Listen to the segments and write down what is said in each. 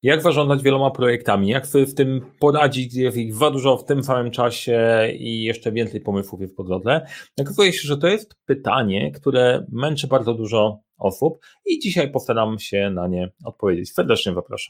Jak zarządzać wieloma projektami, jak sobie w tym poradzić, jest ich za dużo w tym samym czasie i jeszcze więcej pomysłów jest po drodze. Okazuje się, że to jest pytanie, które męczy bardzo dużo osób i dzisiaj postaram się na nie odpowiedzieć. Serdecznie zapraszam.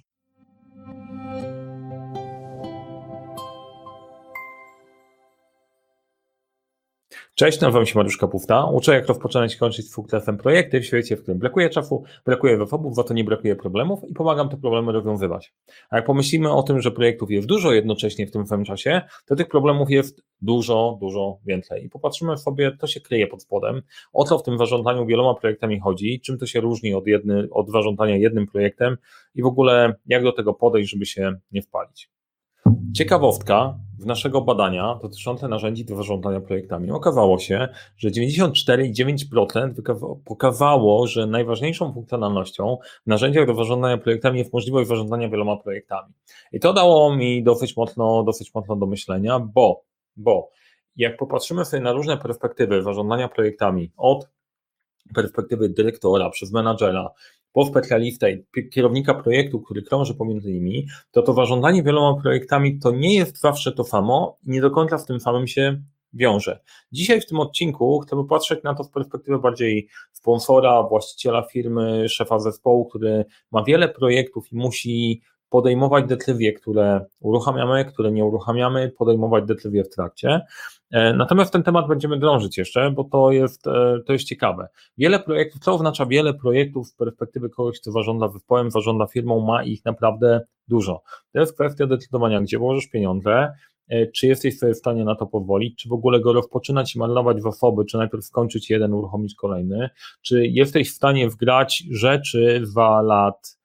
Cześć, nazywam się Mariusz Kapufta. Uczę, jak rozpoczynać i kończyć z sukcesem projekty w świecie, w którym brakuje czasu, brakuje zasobów, za to nie brakuje problemów i pomagam te problemy rozwiązywać. A jak pomyślimy o tym, że projektów jest dużo jednocześnie w tym samym czasie, to tych problemów jest dużo, dużo więcej. I popatrzymy sobie, co się kryje pod spodem, o co w tym zarządzaniu wieloma projektami chodzi, czym to się różni od zarządzania jednym projektem i w ogóle jak do tego podejść, żeby się nie wpalić. Ciekawostka z naszego badania dotyczące narzędzi do zarządzania projektami. Okazało się, że 94,9% pokazało, że najważniejszą funkcjonalnością w narzędziach do zarządzania projektami jest możliwość zarządzania wieloma projektami. I to dało mi dosyć mocno do myślenia, bo jak popatrzymy sobie na różne perspektywy zarządzania projektami, od perspektywy dyrektora, przez menadżera, po specjalistę i kierownika projektu, który krąży pomiędzy nimi, to zarządzanie wieloma projektami to nie jest zawsze to samo i nie do końca z tym samym się wiąże. Dzisiaj w tym odcinku chcę popatrzeć na to z perspektywy bardziej sponsora, właściciela firmy, szefa zespołu, który ma wiele projektów i musi podejmować decyzje, które uruchamiamy, które nie uruchamiamy, podejmować decyzje w trakcie. Natomiast ten temat będziemy drążyć jeszcze, bo to jest ciekawe. Wiele projektów, co oznacza wiele projektów z perspektywy kogoś, kto zarządza zespołem, zarządza firmą, ma ich naprawdę dużo. To jest kwestia decydowania, gdzie włożysz pieniądze, czy jesteś sobie w stanie na to pozwolić, czy w ogóle go rozpoczynać i marnować zasoby, czy najpierw skończyć jeden, uruchomić kolejny, czy jesteś w stanie wgrać rzeczy za lat,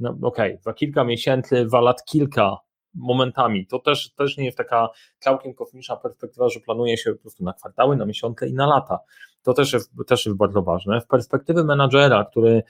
za kilka miesięcy, za lat kilka momentami. To też nie jest taka całkiem kosmiczna perspektywa, że planuje się po prostu na kwartały, na miesiące i na lata. To też jest bardzo ważne. Z perspektywy menadżera, który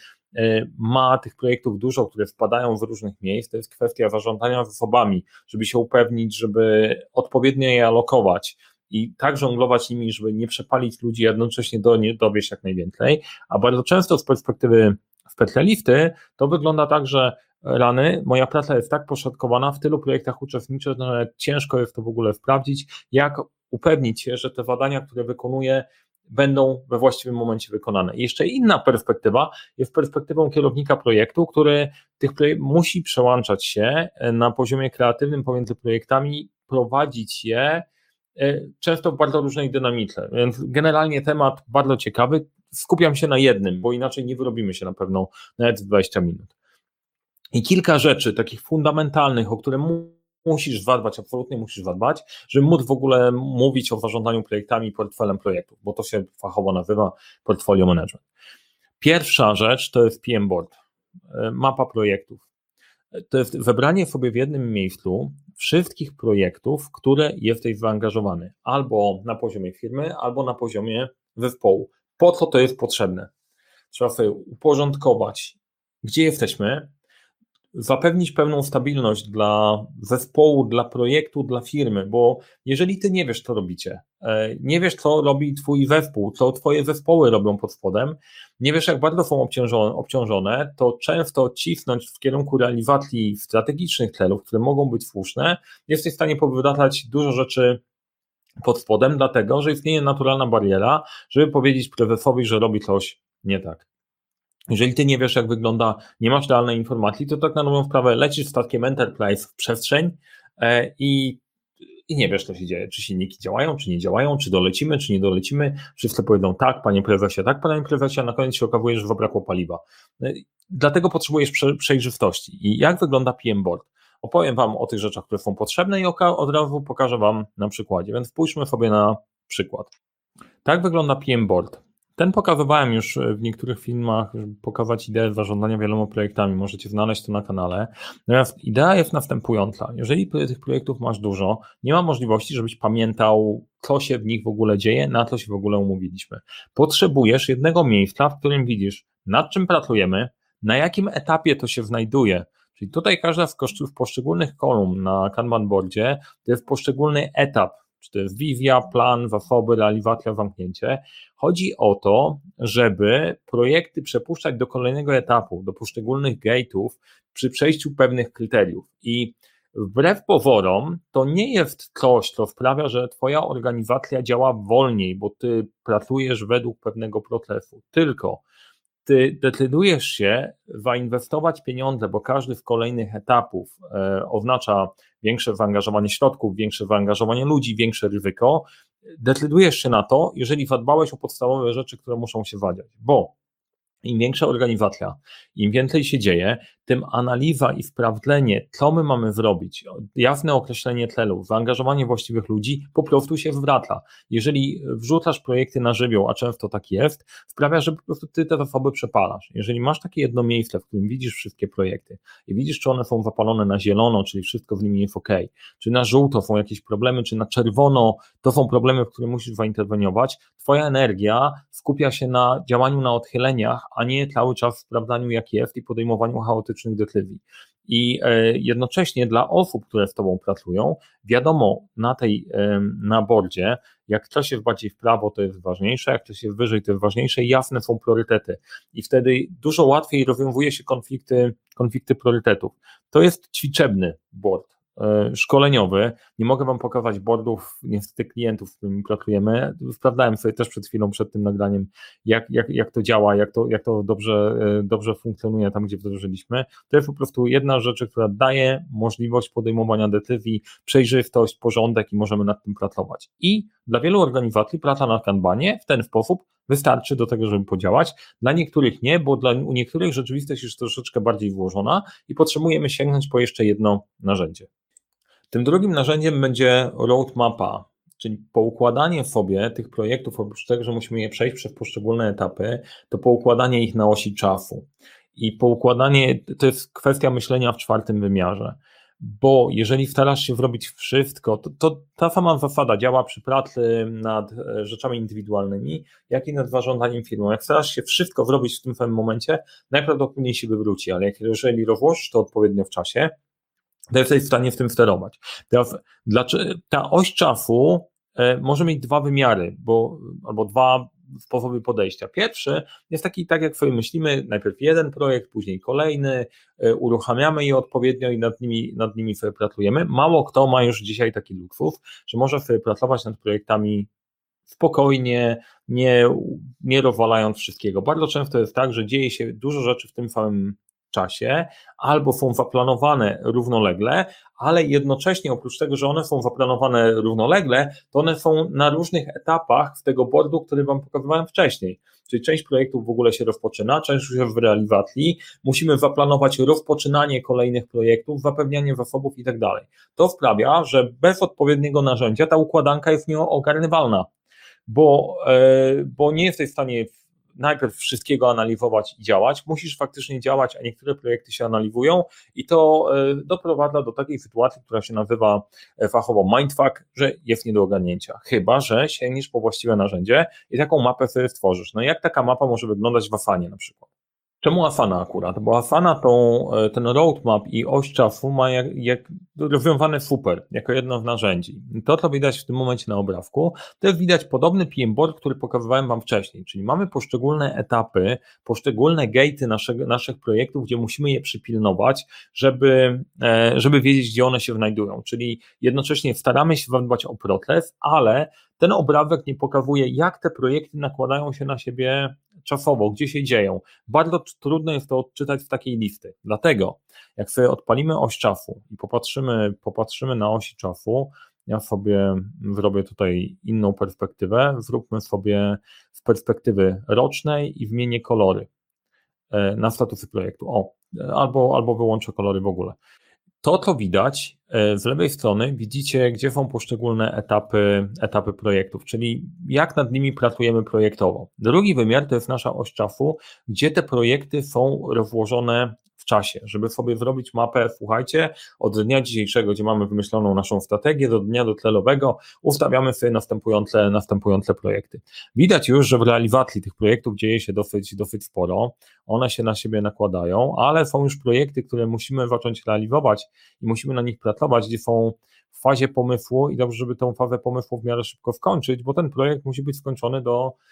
ma tych projektów dużo, które wpadają w różnych miejsc, to jest kwestia zarządzania zasobami, żeby się upewnić, żeby odpowiednio je alokować i tak żonglować nimi, żeby nie przepalić ludzi, jednocześnie dowieść jak najwięcej, a bardzo często z perspektywy specjalisty to wygląda tak, że rany, moja praca jest tak poszatkowana, w tylu projektach uczestniczę, że ciężko jest to w ogóle sprawdzić, jak upewnić się, że te zadania, które wykonuję, będą we właściwym momencie wykonane. I jeszcze inna perspektywa jest perspektywą kierownika projektu, który musi przełączać się na poziomie kreatywnym pomiędzy projektami, prowadzić je często w bardzo różnej dynamice, więc generalnie temat bardzo ciekawy, skupiam się na jednym, bo inaczej nie wyrobimy się na pewno nawet 20 minut. I kilka rzeczy takich fundamentalnych, o które musisz zadbać, absolutnie musisz zadbać, żeby móc w ogóle mówić o zarządzaniu projektami i portfelem projektów, bo to się fachowo nazywa portfolio management. Pierwsza rzecz to jest PM Board, mapa projektów. To jest wybranie sobie w jednym miejscu wszystkich projektów, w które jesteś zaangażowany, albo na poziomie firmy, albo na poziomie zespołu. Po co to jest potrzebne? Trzeba sobie uporządkować, gdzie jesteśmy, zapewnić pełną stabilność dla zespołu, dla projektu, dla firmy, bo jeżeli ty nie wiesz, co robicie, nie wiesz, co robi twój zespół, co twoje zespoły robią pod spodem, nie wiesz, jak bardzo są obciążone, to często cisnąć w kierunku realizacji strategicznych celów, które mogą być słuszne, jesteś w stanie powydatać dużo rzeczy pod spodem, dlatego, że istnieje naturalna bariera, żeby powiedzieć prezesowi, że robi coś nie tak. Jeżeli ty nie wiesz, jak wygląda, nie masz realnej informacji, to tak na dobrą sprawę lecisz statkiem Enterprise w przestrzeń i nie wiesz, co się dzieje, czy silniki działają, czy nie działają, czy dolecimy, czy nie dolecimy, wszyscy powiedzą tak, panie prezesie, a na koniec się okazuje, że zabrakło paliwa. Dlatego potrzebujesz przejrzystości. I jak wygląda PM Board? Opowiem wam o tych rzeczach, które są potrzebne i od razu pokażę wam na przykładzie, więc spójrzmy sobie na przykład. Tak wygląda PM Board. Ten pokazywałem już w niektórych filmach, żeby pokazać ideę zarządzania wieloma projektami, możecie znaleźć to na kanale. Natomiast idea jest następująca, jeżeli tych projektów masz dużo, nie ma możliwości, żebyś pamiętał, co się w nich w ogóle dzieje, na co się w ogóle umówiliśmy. Potrzebujesz jednego miejsca, w którym widzisz, nad czym pracujemy, na jakim etapie to się znajduje. Czyli tutaj każda z poszczególnych kolumn na Kanban boardzie to jest poszczególny etap czy to jest wizja, plan, zasoby, realizacja, zamknięcie. Chodzi o to, żeby projekty przepuszczać do kolejnego etapu, do poszczególnych gate'ów przy przejściu pewnych kryteriów. I wbrew pozorom, to nie jest coś, co sprawia, że twoja organizacja działa wolniej, bo ty pracujesz według pewnego procesu, tylko ty decydujesz się zainwestować pieniądze, bo każdy z kolejnych etapów oznacza większe zaangażowanie środków, większe zaangażowanie ludzi, większe ryzyko. Decydujesz się na to, jeżeli zadbałeś o podstawowe rzeczy, które muszą się zadziać, bo im większa organizacja, im więcej się dzieje, tym analiza i sprawdzenie, co my mamy zrobić, jasne określenie celów, zaangażowanie właściwych ludzi po prostu się zwraca. Jeżeli wrzucasz projekty na żywioł, a często tak jest, sprawia, że po prostu ty te zasoby przepalasz. Jeżeli masz takie jedno miejsce, w którym widzisz wszystkie projekty i widzisz, czy one są zapalone na zielono, czyli wszystko w nimi jest ok, czy na żółto są jakieś problemy, czy na czerwono to są problemy, w które musisz zainterweniować, twoja energia skupia się na działaniu na odchyleniach, a nie cały czas w sprawdzaniu, jak jest i podejmowaniu chaotycznych decyzji. I jednocześnie dla osób, które z tobą pracują, wiadomo na boardzie, jak coś jest bardziej w prawo, to jest ważniejsze, jak coś jest wyżej, to jest ważniejsze, jasne są priorytety. I wtedy dużo łatwiej rozwiązuje się konflikty priorytetów. To jest ćwiczebny board szkoleniowy. Nie mogę wam pokazać boardów, niestety klientów, z którymi pracujemy. Sprawdzałem sobie też przed chwilą, przed tym nagraniem, jak to działa, jak to dobrze funkcjonuje tam, gdzie wdrożyliśmy. To jest po prostu jedna z rzeczy, która daje możliwość podejmowania decyzji, przejrzystość, porządek i możemy nad tym pracować. I dla wielu organizacji praca na Kanbanie w ten sposób wystarczy do tego, żeby podziałać. Dla niektórych nie, bo u niektórych rzeczywistość jest troszeczkę bardziej włożona i potrzebujemy sięgnąć po jeszcze jedno narzędzie. Tym drugim narzędziem będzie roadmapa, czyli poukładanie sobie tych projektów, oprócz tego, że musimy je przejść przez poszczególne etapy, to poukładanie ich na osi czasu. I poukładanie to jest kwestia myślenia w czwartym wymiarze, bo jeżeli starasz się zrobić wszystko, to ta sama zasada działa przy pracy nad rzeczami indywidualnymi, jak i nad zarządzaniem firmą. Jak starasz się wszystko zrobić w tym samym momencie, najprawdopodobniej się wywróci, ale jeżeli rozłożysz to odpowiednio w czasie, to jesteś w stanie w tym sterować. Teraz, ta oś czasu może mieć dwa wymiary, albo dwa sposoby podejścia. Pierwszy jest taki, tak jak sobie myślimy, najpierw jeden projekt, później kolejny, uruchamiamy je odpowiednio i nad nimi sobie pracujemy. Mało kto ma już dzisiaj taki luksus, że może sobie pracować nad projektami spokojnie, nie rozwalając wszystkiego. Bardzo często jest tak, że dzieje się dużo rzeczy w tym samym czasie, albo są zaplanowane równolegle, ale jednocześnie oprócz tego, że one są zaplanowane równolegle, to one są na różnych etapach z tego boardu, który wam pokazywałem wcześniej. Czyli część projektów w ogóle się rozpoczyna, część już jest w realizacji, musimy zaplanować rozpoczynanie kolejnych projektów, zapewnianie zasobów i tak dalej. To sprawia, że bez odpowiedniego narzędzia ta układanka jest nieogarnywalna, bo nie jesteś w stanie najpierw wszystkiego analizować i działać, musisz faktycznie działać, a niektóre projekty się analizują i to doprowadza do takiej sytuacji, która się nazywa fachowo mindfuck, że jest nie do ogarnięcia, chyba że sięgniesz po właściwe narzędzie i taką mapę sobie stworzysz. No i jak taka mapa może wyglądać w Asanie na przykład? Czemu Asana akurat? Bo Asana ten roadmap i oś czasu ma jak rozwiązane super, jako jedno z narzędzi. To, co widać w tym momencie na obrazku, to jest widać podobny PM board, który pokazywałem wam wcześniej, czyli mamy poszczególne etapy, poszczególne gate'y naszych projektów, gdzie musimy je przypilnować, żeby wiedzieć, gdzie one się znajdują, czyli jednocześnie staramy się zadbać o proces, ale ten obrazek nie pokazuje, jak te projekty nakładają się na siebie czasowo, gdzie się dzieją. Bardzo trudno jest to odczytać z takiej listy. Dlatego, jak sobie odpalimy oś czasu i popatrzymy na osi czasu, ja sobie zrobię tutaj inną perspektywę, zróbmy sobie z perspektywy rocznej i zmienię kolory na statusy projektu. Albo wyłączę kolory w ogóle. To, co widać z lewej strony, widzicie, gdzie są poszczególne etapy projektów, czyli jak nad nimi pracujemy projektowo. Drugi wymiar to jest nasza oś czasu, gdzie te projekty są rozłożone w czasie, żeby sobie zrobić mapę, słuchajcie, od dnia dzisiejszego, gdzie mamy wymyśloną naszą strategię, do dnia docelowego ustawiamy sobie następujące projekty. Widać już, że w realizacji tych projektów dzieje się dosyć sporo, one się na siebie nakładają, ale są już projekty, które musimy zacząć realizować i musimy na nich pracować, gdzie są w fazie pomysłu i dobrze, żeby tę fazę pomysłu w miarę szybko skończyć, bo ten projekt musi być skończony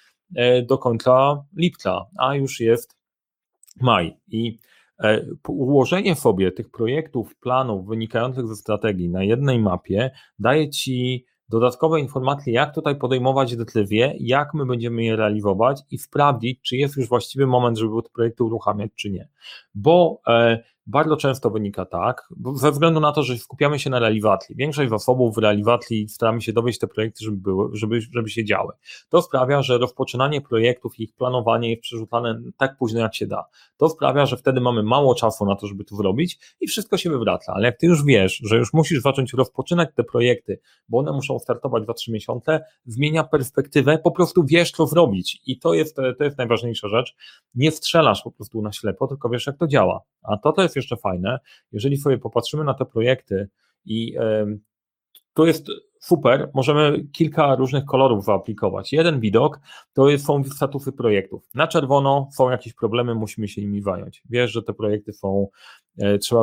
do końca lipca, a już jest maj i ułożenie sobie tych projektów, planów wynikających ze strategii na jednej mapie daje Ci dodatkowe informacje, jak tutaj podejmować decyzje, jak my będziemy je realizować i sprawdzić, czy jest już właściwy moment, żeby te projekty uruchamiać, czy nie. Bo bardzo często wynika tak, ze względu na to, że skupiamy się na realizacji. Większość zasobów w realizacji staramy się dowieść te projekty, żeby się działy. To sprawia, że rozpoczynanie projektów i ich planowanie jest przerzucane tak późno, jak się da. To sprawia, że wtedy mamy mało czasu na to, żeby to zrobić i wszystko się wywraca. Ale jak Ty już wiesz, że już musisz zacząć rozpoczynać te projekty, bo one muszą startować 2-3 miesiące, zmienia perspektywę, po prostu wiesz, co zrobić. I to jest najważniejsza rzecz. Nie strzelasz po prostu na ślepo, tylko wiesz, jak to działa. A to jest jeszcze fajne, jeżeli sobie popatrzymy na te projekty i to jest super, możemy kilka różnych kolorów zaaplikować. Jeden widok to są statusy projektów. Na czerwono są jakieś problemy, musimy się nimi zająć. Wiesz, że te projekty są, trzeba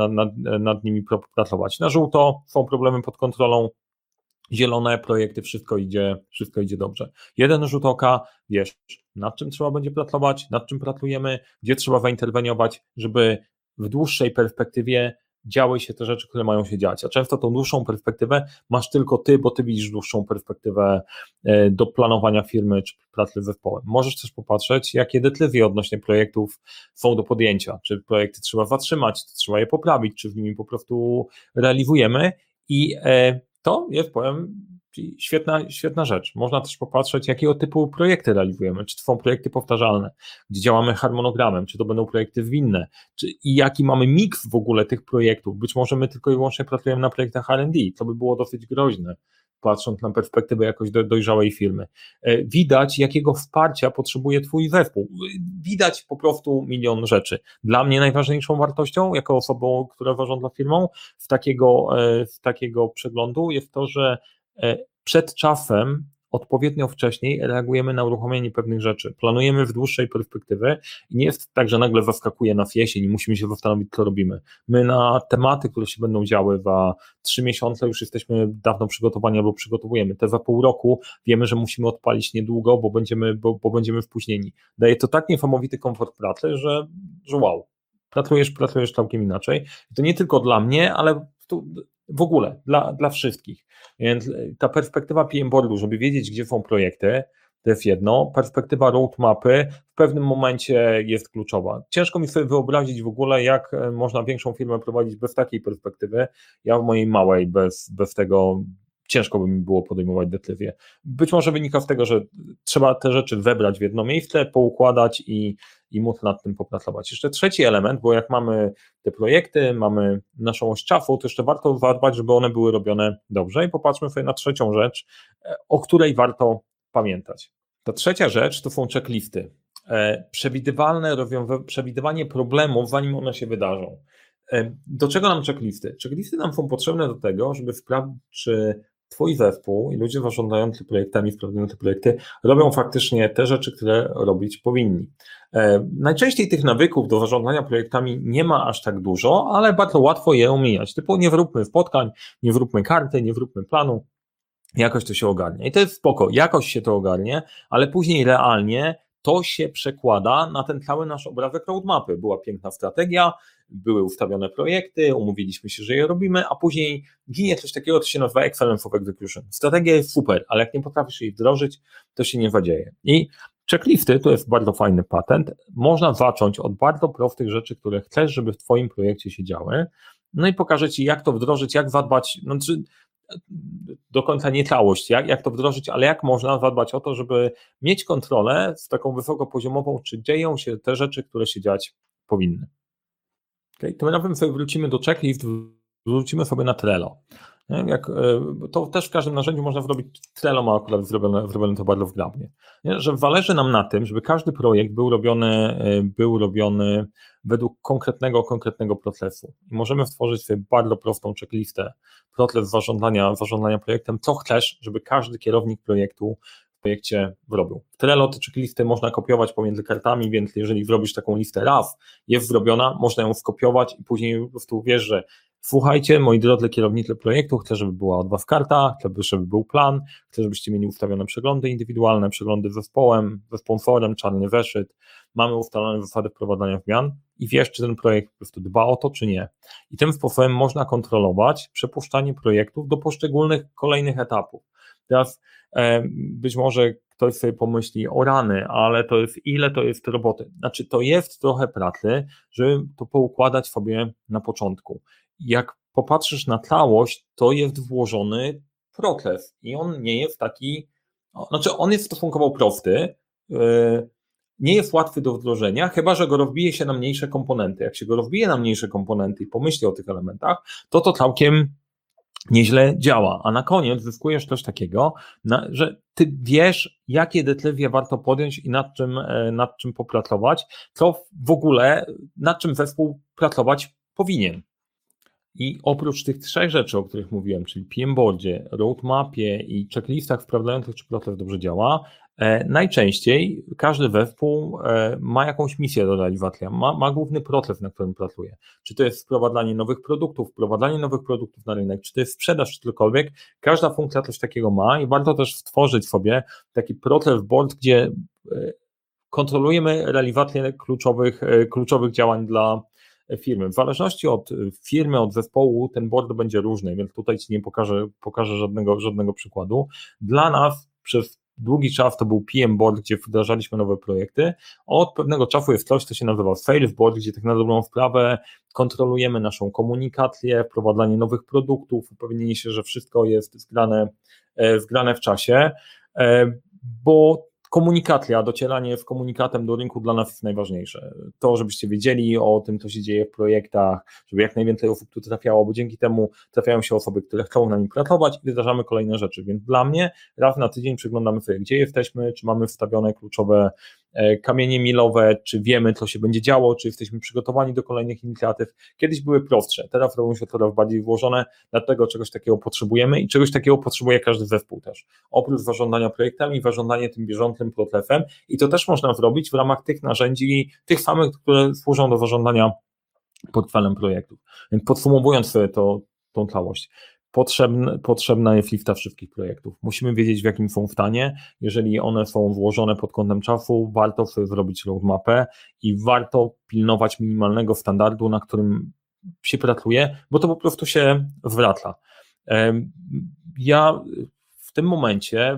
nad nimi pracować. Na żółto są problemy pod kontrolą, zielone projekty, wszystko idzie dobrze. Jeden rzut oka, wiesz, nad czym trzeba będzie pracować, nad czym pracujemy, gdzie trzeba zainterweniować, żeby w dłuższej perspektywie działy się te rzeczy, które mają się dziać, a często tą dłuższą perspektywę masz tylko Ty, bo Ty widzisz dłuższą perspektywę do planowania firmy czy pracy z zespołem. Możesz też popatrzeć, jakie decyzje odnośnie projektów są do podjęcia, czy projekty trzeba zatrzymać, czy trzeba je poprawić, czy w nimi po prostu realizujemy i to jest, powiem, świetna rzecz. Można też popatrzeć, jakiego typu projekty realizujemy, czy to są projekty powtarzalne, gdzie działamy harmonogramem, czy to będą projekty zwinne, i jaki mamy miks w ogóle tych projektów. Być może my tylko i wyłącznie pracujemy na projektach R&D, co by było dosyć groźne, patrząc na perspektywę jakoś dojrzałej firmy. Widać, jakiego wsparcia potrzebuje Twój zespół. Widać po prostu milion rzeczy. Dla mnie najważniejszą wartością, jako osobą, która zarządza firmą, z takiego przeglądu jest to, że przed czasem, odpowiednio wcześniej reagujemy na uruchomienie pewnych rzeczy. Planujemy w dłuższej perspektywie i nie jest tak, że nagle zaskakuje nas jesień i musimy się zastanowić, co robimy. My na tematy, które się będą działy za 3 miesiące już jesteśmy dawno przygotowani albo przygotowujemy. Te za pół roku wiemy, że musimy odpalić niedługo, bo będziemy wpóźnieni. Daje to tak niesamowity komfort pracy, że wow, pracujesz całkiem inaczej. I to nie tylko dla mnie, ale w ogóle dla wszystkich. Więc ta perspektywa PM Boardu, żeby wiedzieć, gdzie są projekty, to jest jedno. Perspektywa roadmapy w pewnym momencie jest kluczowa. Ciężko mi sobie wyobrazić w ogóle, jak można większą firmę prowadzić bez takiej perspektywy. Ja w mojej małej bez tego ciężko by mi było podejmować decyzje. Być może wynika z tego, że trzeba te rzeczy webrać w jedno miejsce, poukładać i móc nad tym popracować. Jeszcze trzeci element, bo jak mamy te projekty, mamy naszą oś czasu, to jeszcze warto zadbać, żeby one były robione dobrze i popatrzmy sobie na trzecią rzecz, o której warto pamiętać. Ta trzecia rzecz to są checklisty. Przewidywanie problemów, zanim one się wydarzą. Do czego nam checklisty? Checklisty nam są potrzebne do tego, żeby sprawdzić, czy Twój zespół i ludzie zarządzający projektami, sprawdzający projekty robią faktycznie te rzeczy, które robić powinni. Najczęściej tych nawyków do zarządzania projektami nie ma aż tak dużo, ale bardzo łatwo je omijać. Typu nie wróbmy spotkań, nie wróbmy karty, nie wróbmy planu, jakoś to się ogarnie. I to jest spoko, jakoś się to ogarnie, ale później realnie to się przekłada na ten cały nasz obrazek roadmapy. Była piękna strategia, były ustawione projekty, umówiliśmy się, że je robimy, a później ginie coś takiego, co się nazywa excellence of execution. Strategia jest super, ale jak nie potrafisz jej wdrożyć, to się nie zadzieje. I checklisty to jest bardzo fajny patent. Można zacząć od bardzo prostych rzeczy, które chcesz, żeby w Twoim projekcie się działy, no i pokażę Ci, jak to wdrożyć, jak zadbać, do końca nie całość, jak to wdrożyć, ale jak można zadbać o to, żeby mieć kontrolę z taką wysokopoziomową, czy dzieją się te rzeczy, które się dziać powinny. Okay? Tym razem sobie wrócimy do checklist, wrócimy sobie na Trello. Nie? To też w każdym narzędziu można zrobić, Trello ma akurat zrobione to bardzo wgrabnie, nie? Że zależy nam na tym, żeby każdy projekt był robiony według konkretnego procesu. I możemy stworzyć sobie bardzo prostą checklistę, proces zarządzania projektem, co chcesz, żeby każdy kierownik projektu w projekcie robił. W Trello te checklisty można kopiować pomiędzy kartami, więc jeżeli zrobisz taką listę raz, jest zrobiona, można ją skopiować i później po prostu wiesz, że słuchajcie, moi drodzy kierownicy projektu, chcę, żeby była od was karta, chcę, żeby był plan, chcę, żebyście mieli ustawione przeglądy indywidualne, przeglądy z zespołem, ze sponsorem, czarny zeszyt, mamy ustalone zasady wprowadzania zmian i wiesz, czy ten projekt po prostu dba o to, czy nie. I tym sposobem można kontrolować przepuszczanie projektów do poszczególnych kolejnych etapów. Teraz być może ktoś sobie pomyśli, o rany, ale ile to jest roboty? Znaczy, to jest trochę pracy, żeby to poukładać sobie na początku. Jak popatrzysz na całość, to jest włożony proces i on nie jest taki, znaczy on jest stosunkowo prosty, nie jest łatwy do wdrożenia, chyba że go rozbije się na mniejsze komponenty. Jak się go rozbije na mniejsze komponenty i pomyśli o tych elementach, to całkiem nieźle działa, a na koniec zyskujesz coś takiego, że ty wiesz, jakie decyzje warto podjąć i nad czym popracować, co w ogóle, nad czym zespół pracować powinien. I oprócz tych trzech rzeczy, o których mówiłem, czyli PM-boardzie, roadmapie i checklistach sprawdzających, czy proces dobrze działa, najczęściej każdy zespół ma jakąś misję do realizacji, ma główny proces, na którym pracuje. Czy to jest wprowadzanie nowych produktów na rynek, czy to jest sprzedaż, czy cokolwiek, każda funkcja coś takiego ma i warto też stworzyć sobie taki proces board, gdzie kontrolujemy realizację kluczowych działań dla firmy. W zależności od firmy, od zespołu ten board będzie różny, więc tutaj Ci nie pokażę żadnego przykładu. Dla nas przez długi czas to był PM board, gdzie wdrażaliśmy nowe projekty, a od pewnego czasu jest coś, co się nazywa sales board, gdzie tak na dobrą sprawę kontrolujemy naszą komunikację, wprowadzanie nowych produktów, upewnienie się, że wszystko jest zgrane w czasie, bo komunikacja, docieranie z komunikatem do rynku dla nas jest najważniejsze. To, żebyście wiedzieli o tym, co się dzieje w projektach, żeby jak najwięcej osób tu trafiało, bo dzięki temu trafiają się osoby, które chcą na nim pracować i wdrażamy kolejne rzeczy. Więc dla mnie raz na tydzień przeglądamy sobie, gdzie jesteśmy, czy mamy wstawione kluczowe kamienie milowe, czy wiemy, co się będzie działo, czy jesteśmy przygotowani do kolejnych inicjatyw. Kiedyś były prostsze, teraz robią się coraz bardziej włożone, dlatego czegoś takiego potrzebujemy i czegoś takiego potrzebuje każdy zespół też. Oprócz zarządzania projektami, zarządzanie tym bieżącym procesem i to też można zrobić w ramach tych narzędzi, tych samych, które służą do zarządzania portfelem projektów. Więc podsumowując sobie tą całość, potrzebna jest lista wszystkich projektów. Musimy wiedzieć, w jakim są stanie. Jeżeli one są włożone pod kątem czasu, warto sobie zrobić roadmapę i warto pilnować minimalnego standardu, na którym się pracuje, bo to po prostu się zwraca. Ja w tym momencie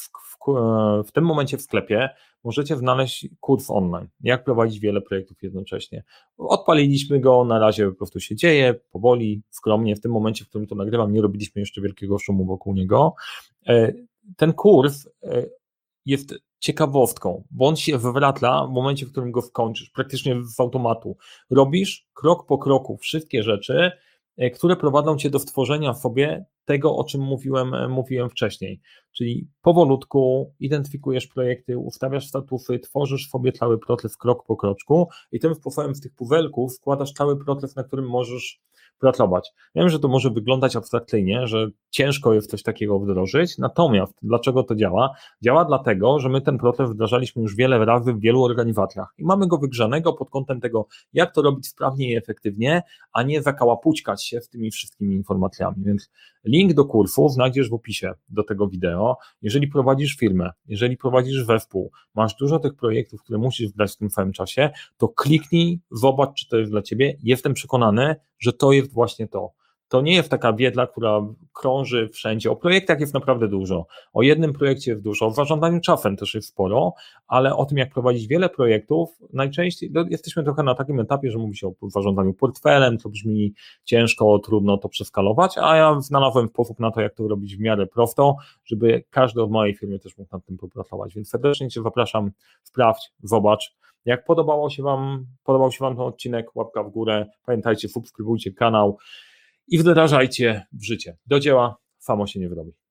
w sklepie możecie znaleźć kurs online, jak prowadzić wiele projektów jednocześnie. Odpaliliśmy go, na razie po prostu się dzieje, powoli, skromnie, w tym momencie, w którym to nagrywam, nie robiliśmy jeszcze wielkiego szumu wokół niego. Ten kurs jest ciekawostką, bo on się wywraca w momencie, w którym go skończysz, praktycznie z automatu. Robisz krok po kroku wszystkie rzeczy, które prowadzą Cię do stworzenia w sobie tego, o czym mówiłem wcześniej. Czyli powolutku identyfikujesz projekty, ustawiasz statusy, tworzysz sobie cały proces krok po kroczku i tym sposobem z tych puzelków składasz cały proces, na którym możesz pracować. Wiem, że to może wyglądać abstrakcyjnie, że ciężko jest coś takiego wdrożyć, natomiast dlaczego to działa? Działa dlatego, że my ten proces wdrażaliśmy już wiele razy w wielu organizacjach i mamy go wygrzanego pod kątem tego, jak to robić sprawnie i efektywnie, a nie zakałapućkać się z tymi wszystkimi informacjami, więc link do kursu znajdziesz w opisie do tego wideo. Jeżeli prowadzisz firmę, jeżeli prowadzisz zespół, masz dużo tych projektów, które musisz wdać w tym samym czasie, to kliknij, zobacz, czy to jest dla Ciebie. Jestem przekonany, że to jest właśnie to. To nie jest taka wiedza, która krąży wszędzie. O projektach jest naprawdę dużo, o jednym projekcie jest dużo, o zarządzaniu czasem też jest sporo, ale o tym, jak prowadzić wiele projektów, najczęściej jesteśmy trochę na takim etapie, że mówi się o zarządzaniu portfelem, co brzmi ciężko, trudno to przeskalować, a ja znalazłem sposób na to, jak to robić w miarę prosto, żeby każdy od mojej firmy też mógł nad tym popracować, więc serdecznie Cię zapraszam, sprawdź, zobacz. Jak podobał się Wam ten odcinek, łapka w górę, pamiętajcie, subskrybujcie kanał. i wdrażajcie w życie. Do dzieła, FAMO się nie wyrobi.